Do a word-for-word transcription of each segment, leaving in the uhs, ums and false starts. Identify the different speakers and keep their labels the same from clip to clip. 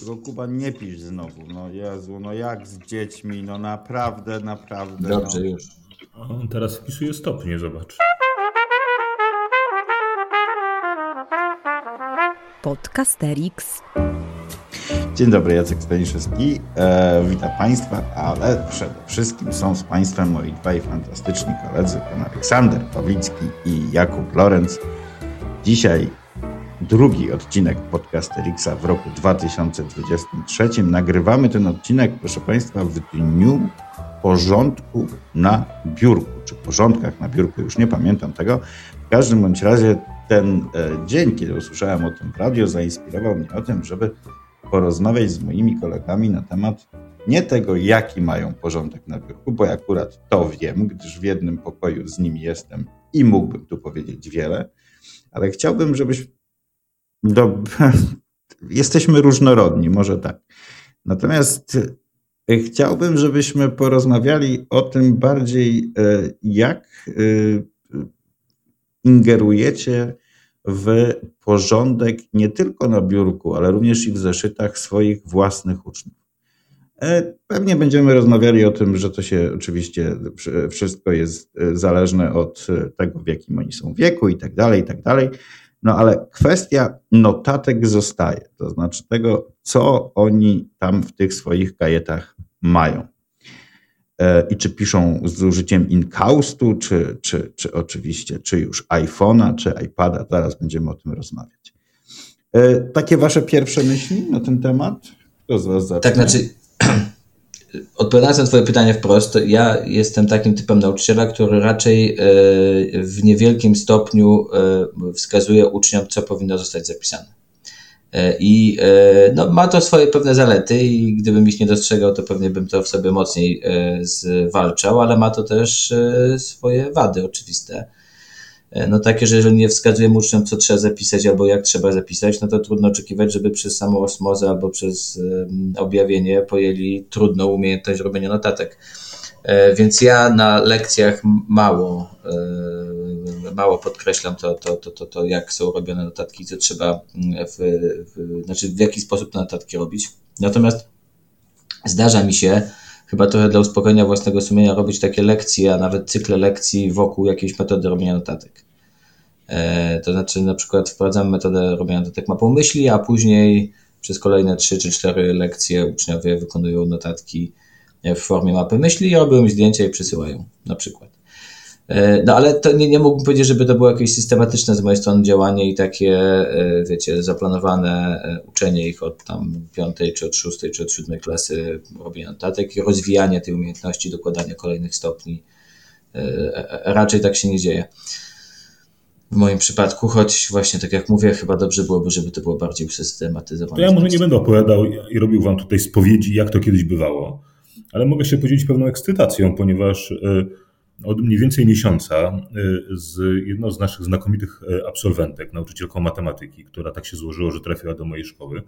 Speaker 1: Tylko Kuba, nie pisz znowu. No Jezu, no jak z dziećmi, no naprawdę, naprawdę.
Speaker 2: Dobrze,
Speaker 1: no.
Speaker 2: już.
Speaker 3: On teraz wpisuje stopnie, zobacz.
Speaker 4: Podcasterix.
Speaker 1: Dzień dobry, Jacek Staniszewski. E, witam Państwa, ale przede wszystkim są z Państwem moi dwaj fantastyczni koledzy, pan Aleksander Pawlicki i Jakub Lorenz. Dzisiaj drugi odcinek Podcasterixa w roku dwa tysiące dwudziestym trzecim. Nagrywamy ten odcinek, proszę Państwa, w dniu porządku na biurku, czy porządkach na biurku, już nie pamiętam tego. W każdym bądź razie ten e, dzień, kiedy usłyszałem o tym w radio, zainspirował mnie o tym, żeby porozmawiać z moimi kolegami na temat nie tego, jaki mają porządek na biurku, bo ja akurat to wiem, gdyż w jednym pokoju z nimi jestem i mógłbym tu powiedzieć wiele, ale chciałbym, żebyś... Do... Jesteśmy różnorodni, może tak. Natomiast chciałbym, żebyśmy porozmawiali o tym bardziej, jak ingerujecie w porządek nie tylko na biurku, ale również i w zeszytach swoich własnych uczniów. Pewnie będziemy rozmawiali o tym, że to się oczywiście wszystko jest zależne od tego, w jakim oni są wieku i tak dalej, i tak dalej. No ale kwestia notatek zostaje, to znaczy tego, co oni tam w tych swoich kajetach mają. I czy piszą z użyciem inkaustu, czy, czy, czy oczywiście, czy już iPhone'a, czy iPada. Zaraz będziemy o tym rozmawiać. Takie wasze pierwsze myśli na ten temat? Kto z was zacznie?
Speaker 2: Tak, znaczy, odpowiadając na twoje pytanie wprost, ja jestem takim typem nauczyciela, który raczej w niewielkim stopniu wskazuje uczniom, co powinno zostać zapisane. I no, ma to swoje pewne zalety i gdybym ich nie dostrzegał, to pewnie bym to w sobie mocniej zwalczał, ale ma to też swoje wady oczywiste. No takie, że jeżeli nie wskazujemy uczniom, co trzeba zapisać albo jak trzeba zapisać, no to trudno oczekiwać, żeby przez samą osmozę albo przez objawienie pojęli trudną umiejętność robienia notatek. Więc ja na lekcjach mało, mało podkreślam to, to, to, to, to jak są robione notatki, co trzeba, w, w, znaczy w jaki sposób te notatki robić. Natomiast zdarza mi się, chyba trochę dla uspokojenia własnego sumienia, robić takie lekcje, a nawet cykle lekcji wokół jakiejś metody robienia notatek. To znaczy na przykład wprowadzamy metodę robienia notatek mapą myśli, a później przez kolejne trzy czy cztery lekcje uczniowie wykonują notatki w formie mapy myśli i robią zdjęcia i przysyłają na przykład. No ale to nie, nie mógłbym powiedzieć, żeby to było jakieś systematyczne z mojej strony działanie i takie, wiecie, zaplanowane uczenie ich od tam piątej, czy od szóstej, czy od siódmej klasy robienia notatek i rozwijanie tej umiejętności, dokładania kolejnych stopni. Raczej tak się nie dzieje w moim przypadku, choć właśnie tak jak mówię, chyba dobrze byłoby, żeby to było bardziej usystematyzowane.
Speaker 3: To ja może nie będę opowiadał i robił wam tutaj spowiedzi, jak to kiedyś bywało, ale mogę się podzielić pewną ekscytacją, ponieważ od mniej więcej miesiąca z jedną z naszych znakomitych absolwentek, nauczycielką matematyki, która tak się złożyło, że trafiła do mojej szkoły,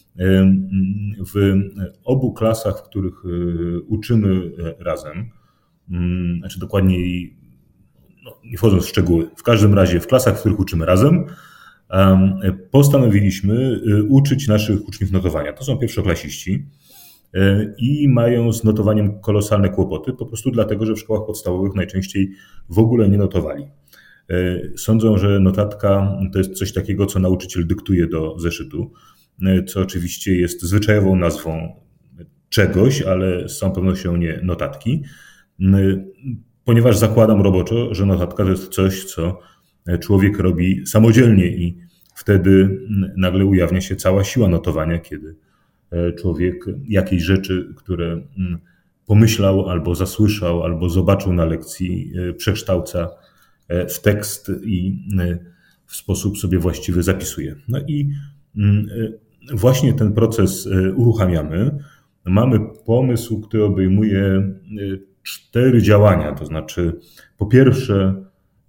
Speaker 3: w obu klasach, w których uczymy razem, znaczy dokładniej, no, nie wchodząc w szczegóły, w każdym razie w klasach, w których uczymy razem, postanowiliśmy uczyć naszych uczniów notowania. To są pierwszoklasiści i mają z notowaniem kolosalne kłopoty, po prostu dlatego, że w szkołach podstawowych najczęściej w ogóle nie notowali. Sądzą, że notatka to jest coś takiego, co nauczyciel dyktuje do zeszytu, co oczywiście jest zwyczajową nazwą czegoś, ale z całą pewnością nie notatki, ponieważ zakładam roboczo, że notatka to jest coś, co człowiek robi samodzielnie i wtedy nagle ujawnia się cała siła notowania, kiedy człowiek jakieś rzeczy, które pomyślał albo zasłyszał, albo zobaczył na lekcji, przekształca w tekst i w sposób sobie właściwy zapisuje. No i właśnie ten proces uruchamiamy. Mamy pomysł, który obejmuje cztery działania, to znaczy po pierwsze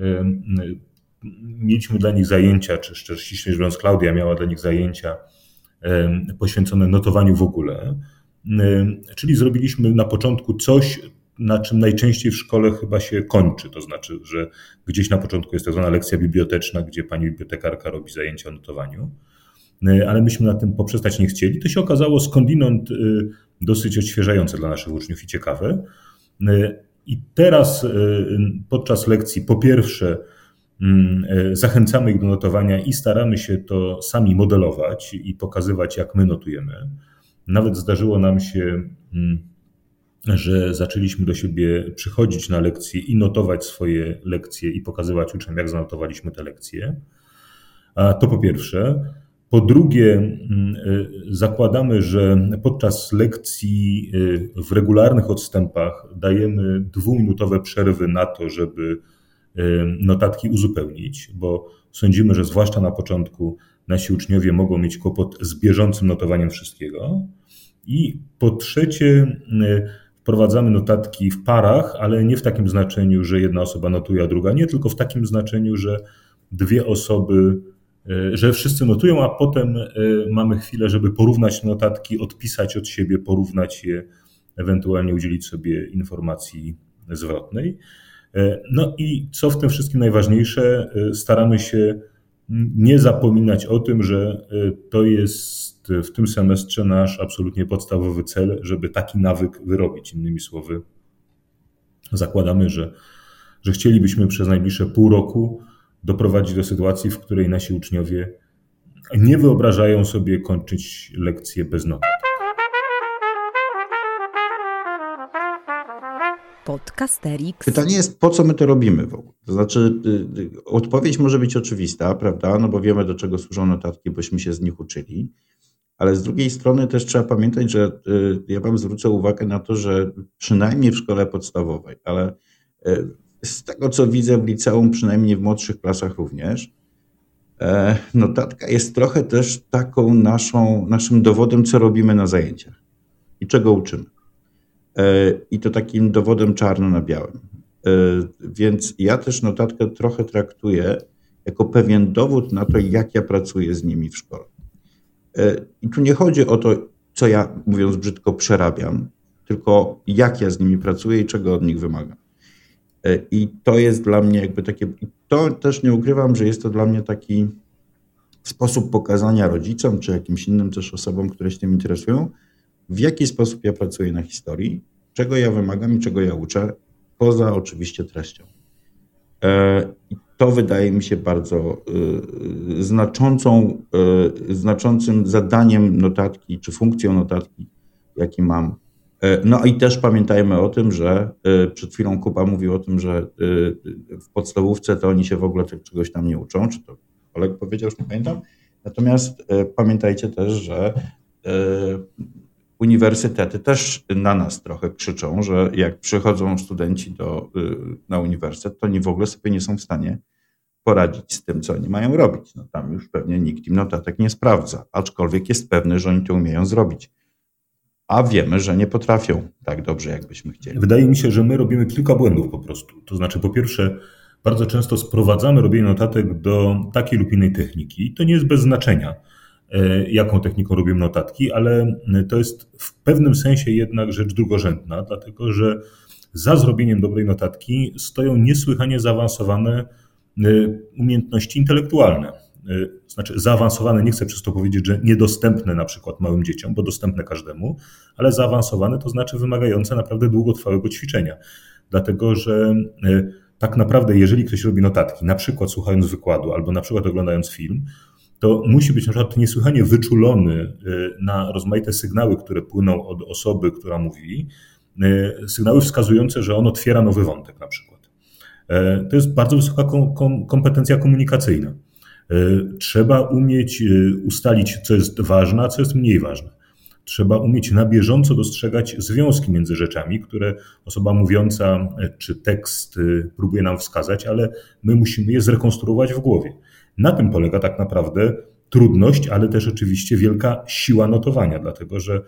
Speaker 3: mieliśmy dla nich zajęcia, czy szczerze ściśle mówiąc Klaudia miała dla nich zajęcia poświęcone notowaniu w ogóle, czyli zrobiliśmy na początku coś, na czym najczęściej w szkole chyba się kończy, to znaczy, że gdzieś na początku jest tak zwana lekcja biblioteczna, gdzie pani bibliotekarka robi zajęcia o notowaniu. ale myśmy na tym poprzestać nie chcieli. To się okazało skądinąd dosyć odświeżające dla naszych uczniów i ciekawe. I teraz podczas lekcji po pierwsze zachęcamy ich do notowania i staramy się to sami modelować i pokazywać, jak my notujemy. Nawet zdarzyło nam się, że zaczęliśmy do siebie przychodzić na lekcje i notować swoje lekcje i pokazywać uczniom, jak zanotowaliśmy te lekcje. A to po pierwsze. Po drugie, zakładamy, że podczas lekcji w regularnych odstępach dajemy dwuminutowe przerwy na to, żeby notatki uzupełnić, bo sądzimy, że zwłaszcza na początku nasi uczniowie mogą mieć kłopot z bieżącym notowaniem wszystkiego. I po trzecie, wprowadzamy notatki w parach, ale nie w takim znaczeniu, że jedna osoba notuje, a druga nie, tylko w takim znaczeniu, że dwie osoby, że wszyscy notują, a potem mamy chwilę, żeby porównać notatki, odpisać od siebie, porównać je, ewentualnie udzielić sobie informacji zwrotnej. No i co w tym wszystkim najważniejsze, staramy się nie zapominać o tym, że to jest w tym semestrze nasz absolutnie podstawowy cel, żeby taki nawyk wyrobić. Innymi słowy, zakładamy, że, że chcielibyśmy przez najbliższe pół roku doprowadzić do sytuacji, w której nasi uczniowie nie wyobrażają sobie kończyć lekcje bez notat.
Speaker 4: Podcasterix.
Speaker 1: Pytanie jest, po co my to robimy w ogóle? To znaczy, y, y, odpowiedź może być oczywista, prawda? No bo wiemy, do czego służą notatki, bośmy się z nich uczyli. Ale z drugiej strony też trzeba pamiętać, że y, ja wam zwrócę uwagę na to, że przynajmniej w szkole podstawowej, ale y, z tego, co widzę w liceum, przynajmniej w młodszych klasach również, e, notatka jest trochę też taką naszą, naszym dowodem, co robimy na zajęciach i czego uczymy. I to takim dowodem czarno na białym. Więc ja też notatkę trochę traktuję jako pewien dowód na to, jak ja pracuję z nimi w szkole. I tu nie chodzi o to, co ja, mówiąc brzydko, przerabiam, tylko jak ja z nimi pracuję i czego od nich wymagam. I to jest dla mnie jakby takie, i to też nie ukrywam, że jest to dla mnie taki sposób pokazania rodzicom, czy jakimś innym też osobom, które się tym interesują, w jaki sposób ja pracuję na historii, czego ja wymagam i czego ja uczę, poza oczywiście treścią. I to wydaje mi się bardzo znaczącą, znaczącym zadaniem notatki, czy funkcją notatki, jaki mam. No i też pamiętajmy o tym, że przed chwilą Kuba mówił o tym, że w podstawówce to oni się w ogóle czegoś tam nie uczą, czy to Oleg powiedział, już nie pamiętam. Natomiast pamiętajcie też, że uniwersytety też na nas trochę krzyczą, że jak przychodzą studenci do, na uniwersytet, to oni w ogóle sobie nie są w stanie poradzić z tym, co oni mają robić. No tam już pewnie nikt im notatek nie sprawdza, aczkolwiek jest pewny, że oni to umieją zrobić. A wiemy, że nie potrafią tak dobrze, jakbyśmy chcieli.
Speaker 3: Wydaje mi się, że my robimy kilka błędów po prostu. To znaczy, po pierwsze, bardzo często sprowadzamy robienie notatek do takiej lub innej techniki. To nie jest bez znaczenia, jaką techniką robimy notatki, ale to jest w pewnym sensie jednak rzecz drugorzędna, dlatego że za zrobieniem dobrej notatki stoją niesłychanie zaawansowane umiejętności intelektualne. Znaczy zaawansowane, nie chcę przez to powiedzieć, że niedostępne na przykład małym dzieciom, bo dostępne każdemu, ale zaawansowane to znaczy wymagające naprawdę długotrwałego ćwiczenia. Dlatego, że tak naprawdę jeżeli ktoś robi notatki, na przykład słuchając wykładu albo na przykład oglądając film, to musi być na przykład niesłychanie wyczulony na rozmaite sygnały, które płyną od osoby, która mówi, sygnały wskazujące, że on otwiera nowy wątek na przykład. To jest bardzo wysoka kompetencja komunikacyjna. Trzeba umieć ustalić, co jest ważne, a co jest mniej ważne. Trzeba umieć na bieżąco dostrzegać związki między rzeczami, które osoba mówiąca czy tekst próbuje nam wskazać, ale my musimy je zrekonstruować w głowie. Na tym polega tak naprawdę trudność, ale też oczywiście wielka siła notowania, dlatego że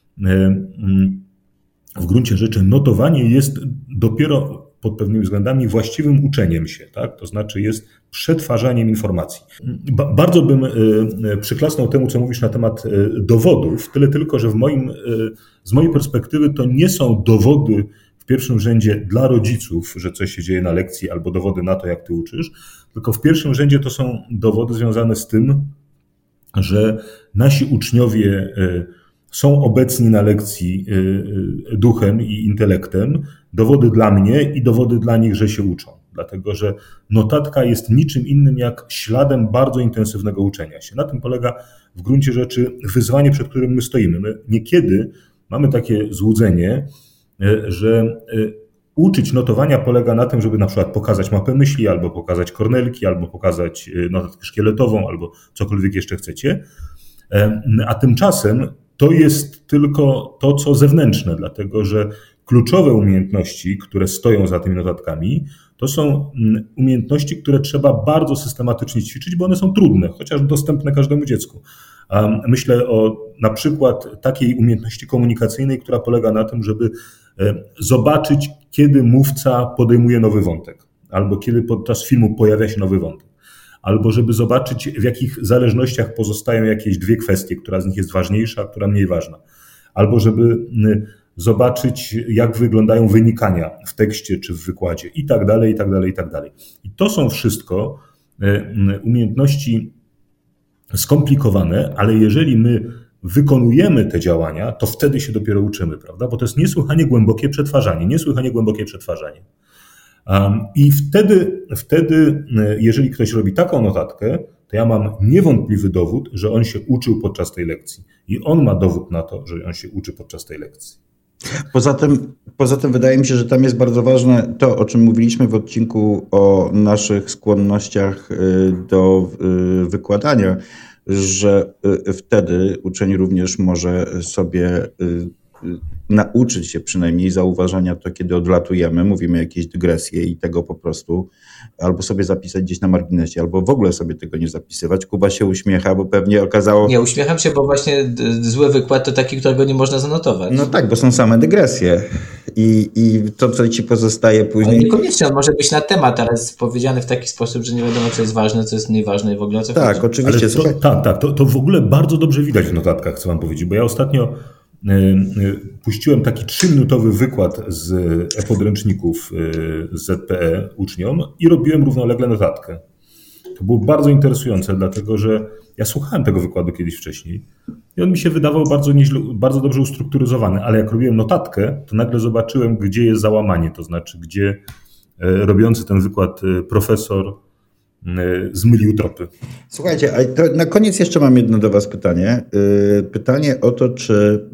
Speaker 3: w gruncie rzeczy notowanie jest dopiero pod pewnymi względami właściwym uczeniem się, tak? To znaczy jest przetwarzaniem informacji. Ba- bardzo bym przyklasnął temu, co mówisz na temat dowodów, tyle tylko, że w moim, z mojej perspektywy to nie są dowody w pierwszym rzędzie dla rodziców, że coś się dzieje na lekcji, albo dowody na to, jak ty uczysz, tylko w pierwszym rzędzie to są dowody związane z tym, że nasi uczniowie są obecni na lekcji duchem i intelektem, dowody dla mnie i dowody dla nich, że się uczą. Dlatego, że notatka jest niczym innym jak śladem bardzo intensywnego uczenia się. Na tym polega w gruncie rzeczy wyzwanie, przed którym my stoimy. My niekiedy mamy takie złudzenie, że uczyć notowania polega na tym, żeby na przykład pokazać mapę myśli, albo pokazać kornelki, albo pokazać notatkę szkieletową, albo cokolwiek jeszcze chcecie. A tymczasem to jest tylko to, co zewnętrzne, dlatego że kluczowe umiejętności, które stoją za tymi notatkami, to są umiejętności, które trzeba bardzo systematycznie ćwiczyć, bo one są trudne, chociaż dostępne każdemu dziecku. Myślę o na przykład takiej umiejętności komunikacyjnej, która polega na tym, żeby zobaczyć, kiedy mówca podejmuje nowy wątek, albo kiedy podczas filmu pojawia się nowy wątek, albo żeby zobaczyć, w jakich zależnościach pozostają jakieś dwie kwestie, która z nich jest ważniejsza, a która mniej ważna, albo żeby zobaczyć, jak wyglądają wynikania w tekście czy w wykładzie i tak dalej, i tak dalej, i tak dalej. I to są wszystko umiejętności skomplikowane, ale jeżeli my wykonujemy te działania, to wtedy się dopiero uczymy, prawda? Bo to jest niesłychanie głębokie przetwarzanie, niesłychanie głębokie przetwarzanie. I wtedy, wtedy, jeżeli ktoś robi taką notatkę, to ja mam niewątpliwy dowód, że on się uczył podczas tej lekcji. I on ma dowód na to, że on się uczy podczas tej lekcji.
Speaker 1: Poza tym, poza tym wydaje mi się, że tam jest bardzo ważne to, o czym mówiliśmy w odcinku o naszych skłonnościach do wykładania, że wtedy uczeń również może sobie nauczyć się przynajmniej zauważania to, kiedy odlatujemy, mówimy jakieś dygresje i tego po prostu albo sobie zapisać gdzieś na marginesie, albo w ogóle sobie tego nie zapisywać. Kuba się uśmiecha, bo pewnie okazało...
Speaker 2: Nie, uśmiecham się, bo właśnie zły wykład to taki, którego nie można zanotować.
Speaker 1: No tak, bo są same dygresje i, i to, co ci pozostaje później...
Speaker 2: Ale niekoniecznie, on może być na temat, ale jest powiedziany w taki sposób, że nie wiadomo, co jest ważne, co jest mniej ważne i w ogóle o co
Speaker 1: tak,
Speaker 2: chodzi.
Speaker 1: oczywiście.
Speaker 3: To, tak, tak, to, to w ogóle bardzo dobrze widać w notatkach, chcę wam powiedzieć, bo ja ostatnio puściłem taki trzyminutowy wykład z e-podręczników z Z P E uczniom i robiłem równolegle notatkę. To było bardzo interesujące, dlatego że ja słuchałem tego wykładu kiedyś wcześniej i on mi się wydawał bardzo, nieźle, bardzo dobrze ustrukturyzowany, ale jak robiłem notatkę, to nagle zobaczyłem, gdzie jest załamanie, to znaczy gdzie robiący ten wykład profesor zmylił tropy.
Speaker 1: Słuchajcie, a to na koniec jeszcze mam jedno do was pytanie. Pytanie o to, czy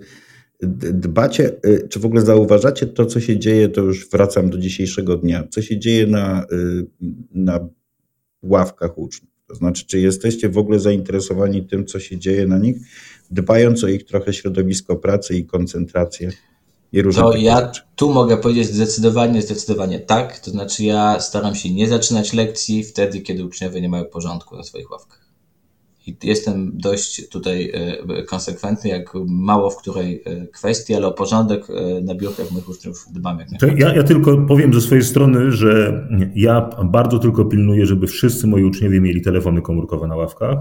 Speaker 1: dbacie, czy w ogóle zauważacie to, co się dzieje, to już wracam do dzisiejszego dnia, co się dzieje na, na ławkach uczniów. To znaczy, czy jesteście w ogóle zainteresowani tym, co się dzieje na nich, dbając o ich trochę środowisko pracy i koncentrację?
Speaker 2: To ja rzeczy. Tu mogę powiedzieć zdecydowanie, zdecydowanie tak. To znaczy ja staram się nie zaczynać lekcji wtedy, kiedy uczniowie nie mają porządku na swoich ławkach. I jestem dość tutaj konsekwentny, jak mało w której kwestii, ale o porządek na biurkach moich uczniów dbam jak najbardziej.
Speaker 3: Ja, ja tylko powiem ze swojej strony, że ja bardzo tylko pilnuję, żeby wszyscy moi uczniowie mieli telefony komórkowe na ławkach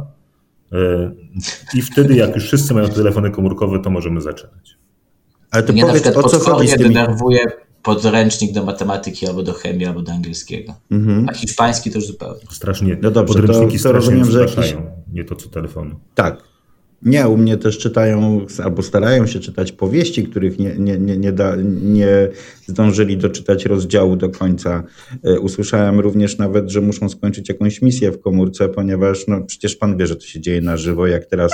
Speaker 3: i wtedy jak już wszyscy mają telefony komórkowe, to możemy zaczynać.
Speaker 1: Ale to
Speaker 2: mnie
Speaker 1: powiedz,
Speaker 2: na przykład
Speaker 1: o co chodzi z tymi...
Speaker 2: denerwuje podręcznik do matematyki albo do chemii, albo do angielskiego. Mhm. A hiszpański to już zupełnie.
Speaker 3: Strasznie.
Speaker 1: No dobrze,
Speaker 3: podręczniki
Speaker 1: to, to
Speaker 3: strasznie
Speaker 1: rozumiem, że
Speaker 3: jakiś... nie to co telefony.
Speaker 1: Tak. Nie, u mnie też czytają albo starają się czytać powieści, których nie, nie, nie, nie, da, nie zdążyli doczytać rozdziału do końca. Usłyszałem również nawet, że muszą skończyć jakąś misję w komórce, ponieważ no przecież pan wie, że to się dzieje na żywo, jak teraz...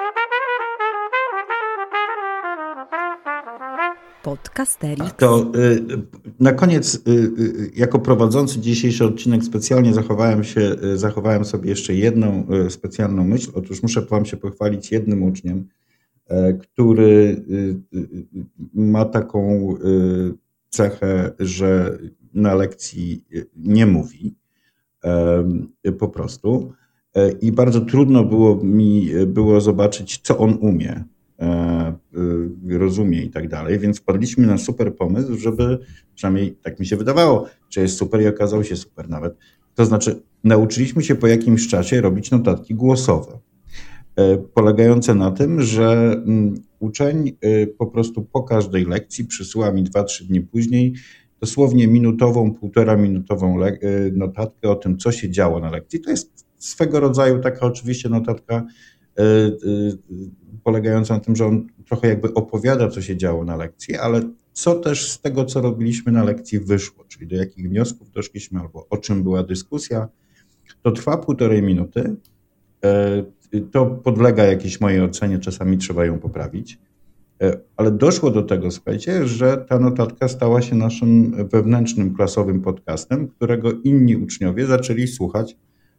Speaker 4: Podcasterix.
Speaker 1: To y, na koniec, y, y, jako prowadzący dzisiejszy odcinek specjalnie zachowałem się, y, zachowałem sobie jeszcze jedną y, specjalną myśl. Otóż muszę wam się pochwalić jednym uczniem, y, który y, y, ma taką y, cechę, że na lekcji nie mówi y, po prostu. Y, I bardzo trudno było mi było zobaczyć, co on umie. Rozumie i tak dalej, więc wpadliśmy na super pomysł, żeby, przynajmniej tak mi się wydawało, że jest super i okazał się super nawet. To znaczy nauczyliśmy się po jakimś czasie robić notatki głosowe, polegające na tym, że uczeń po prostu po każdej lekcji przysyła mi dwa trzy dni później dosłownie minutową, półtora minutową notatkę o tym, co się działo na lekcji. To jest swego rodzaju taka oczywiście notatka polegająca na tym, że on trochę jakby opowiada, co się działo na lekcji, ale co też z tego, co robiliśmy na lekcji wyszło, czyli do jakich wniosków doszliśmy albo o czym była dyskusja. To trwa półtorej minuty. To podlega jakiejś mojej ocenie, czasami trzeba ją poprawić. Ale doszło do tego, słuchajcie, że ta notatka stała się naszym wewnętrznym klasowym podcastem, którego inni uczniowie zaczęli słuchać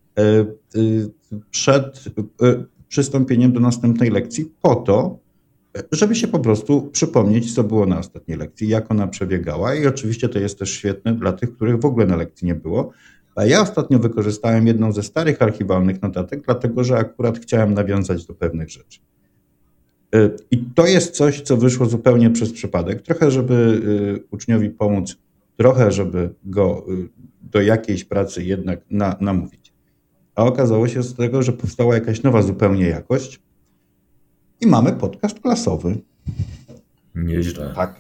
Speaker 1: przed przystąpieniem do następnej lekcji po to, żeby się po prostu przypomnieć, co było na ostatniej lekcji, jak ona przebiegała i oczywiście to jest też świetne dla tych, których w ogóle na lekcji nie było. A ja ostatnio wykorzystałem jedną ze starych archiwalnych notatek, dlatego że akurat chciałem nawiązać do pewnych rzeczy. I to jest coś, co wyszło zupełnie przez przypadek. Trochę, żeby uczniowi pomóc, trochę, żeby go do jakiejś pracy jednak na, namówić. A okazało się z tego, że powstała jakaś nowa zupełnie jakość i mamy podcast klasowy.
Speaker 3: Nieźle.
Speaker 1: Tak.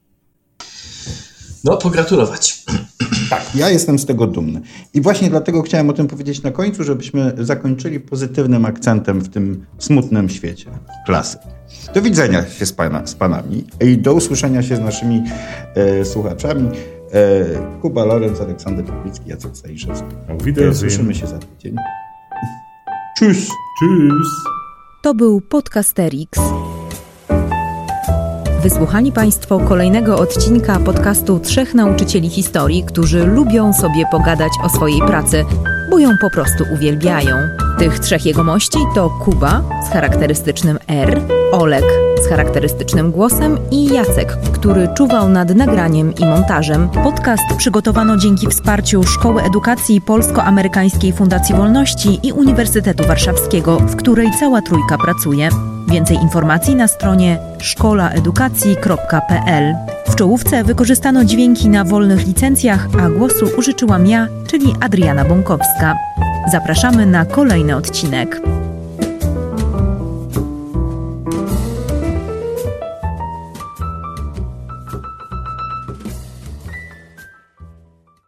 Speaker 2: No, pogratulować.
Speaker 1: Tak, ja jestem z tego dumny. I właśnie dlatego chciałem o tym powiedzieć na końcu, żebyśmy zakończyli pozytywnym akcentem w tym smutnym świecie klasy. Do widzenia się z, pana, z panami i do usłyszenia się z naszymi e, słuchaczami. E, Kuba Lorenz, Aleksander Pawlicki, Jacek Staniszewski.
Speaker 3: Auf Wiedersehen.
Speaker 1: Słyszymy się za tydzień. Tschüss.
Speaker 3: Tschüss.
Speaker 4: To był Podcasterix. Wysłuchali Państwo kolejnego odcinka podcastu trzech nauczycieli historii, którzy lubią sobie pogadać o swojej pracy, bo ją po prostu uwielbiają. Tych trzech jegomości to Kuba z charakterystycznym R, Olek z charakterystycznym głosem i Jacek, który czuwał nad nagraniem i montażem. Podcast przygotowano dzięki wsparciu Szkoły Edukacji Polsko-Amerykańskiej Fundacji Wolności i Uniwersytetu Warszawskiego, w której cała trójka pracuje. Więcej informacji na stronie szkoła edukacji kropka p l. W czołówce wykorzystano dźwięki na wolnych licencjach, a głosu użyczyłam ja, czyli Adriana Bąkowska. Zapraszamy na kolejny odcinek.